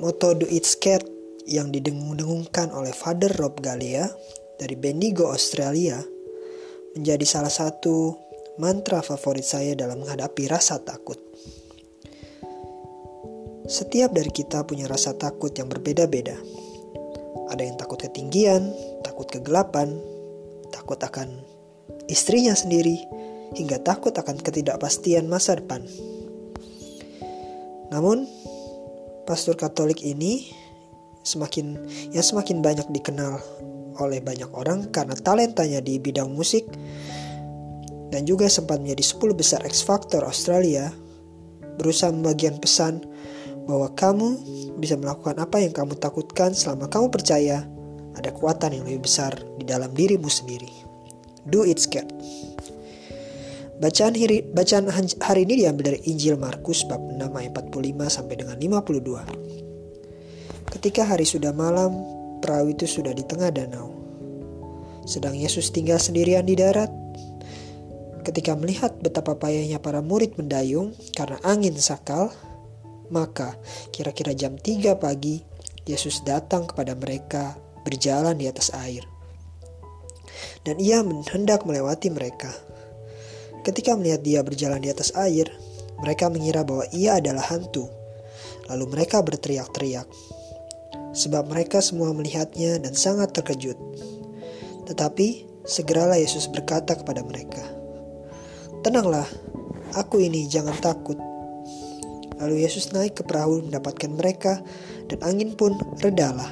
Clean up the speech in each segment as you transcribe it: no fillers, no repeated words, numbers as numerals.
Moto Do It Scared yang didengung-dengungkan oleh Father Rob Galea dari Bendigo, Australia menjadi salah satu mantra favorit saya dalam menghadapi rasa takut. Setiap dari kita punya rasa takut yang berbeda-beda. Ada yang takut ketinggian, takut kegelapan, takut akan istrinya sendiri, hingga takut akan ketidakpastian masa depan. Namun, pastor Katolik ini semakin banyak dikenal oleh banyak orang karena talentanya di bidang musik dan juga sempat menjadi 10 besar X Factor Australia, berusaha membagikan pesan bahwa kamu bisa melakukan apa yang kamu takutkan selama kamu percaya ada kekuatan yang lebih besar di dalam dirimu sendiri. Do It Scared. Bacaan hari ini diambil dari Injil Markus bab 6 ayat 45 sampai dengan 52. Ketika hari sudah malam, perahu itu sudah di tengah danau. Sedang Yesus tinggal sendirian di darat. Ketika melihat betapa payahnya para murid mendayung karena angin sakal, maka kira-kira jam 3 pagi, Yesus datang kepada mereka berjalan di atas air. Dan ia hendak melewati mereka. Ketika melihat dia berjalan di atas air, mereka mengira bahwa ia adalah hantu. Lalu mereka berteriak-teriak, sebab mereka semua melihatnya dan sangat terkejut. Tetapi segeralah Yesus berkata kepada mereka, "Tenanglah, aku ini, jangan takut." Lalu Yesus naik ke perahu mendapatkan mereka, dan angin pun redalah.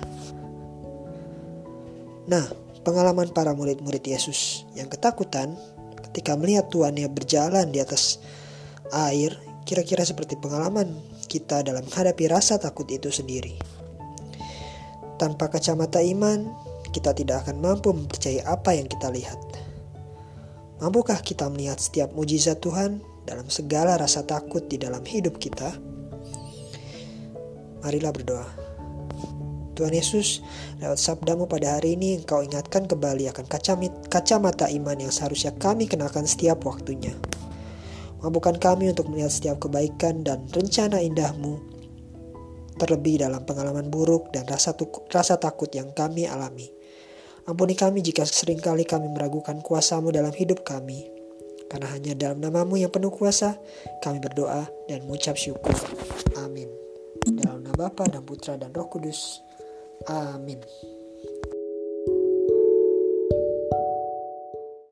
Nah, pengalaman para murid-murid Yesus yang ketakutan ketika melihat Tuhannya berjalan di atas air, kira-kira seperti pengalaman kita dalam menghadapi rasa takut itu sendiri. Tanpa kacamata iman, kita tidak akan mampu mempercayai apa yang kita lihat. Mampukah kita melihat setiap mujizat Tuhan dalam segala rasa takut di dalam hidup kita? Marilah berdoa. Tuhan Yesus, lewat sabdamu pada hari ini, Engkau ingatkan kembali akan kacamata iman yang seharusnya kami kenakan setiap waktunya. Mampukan kami untuk melihat setiap kebaikan dan rencana indahmu, terlebih dalam pengalaman buruk dan rasa takut yang kami alami. Ampuni kami jika seringkali kami meragukan kuasa-Mu dalam hidup kami. Karena hanya dalam nama-Mu yang penuh kuasa, kami berdoa dan mengucap syukur. Amin. Dalam nama Bapa dan Putra dan Roh Kudus. Amin.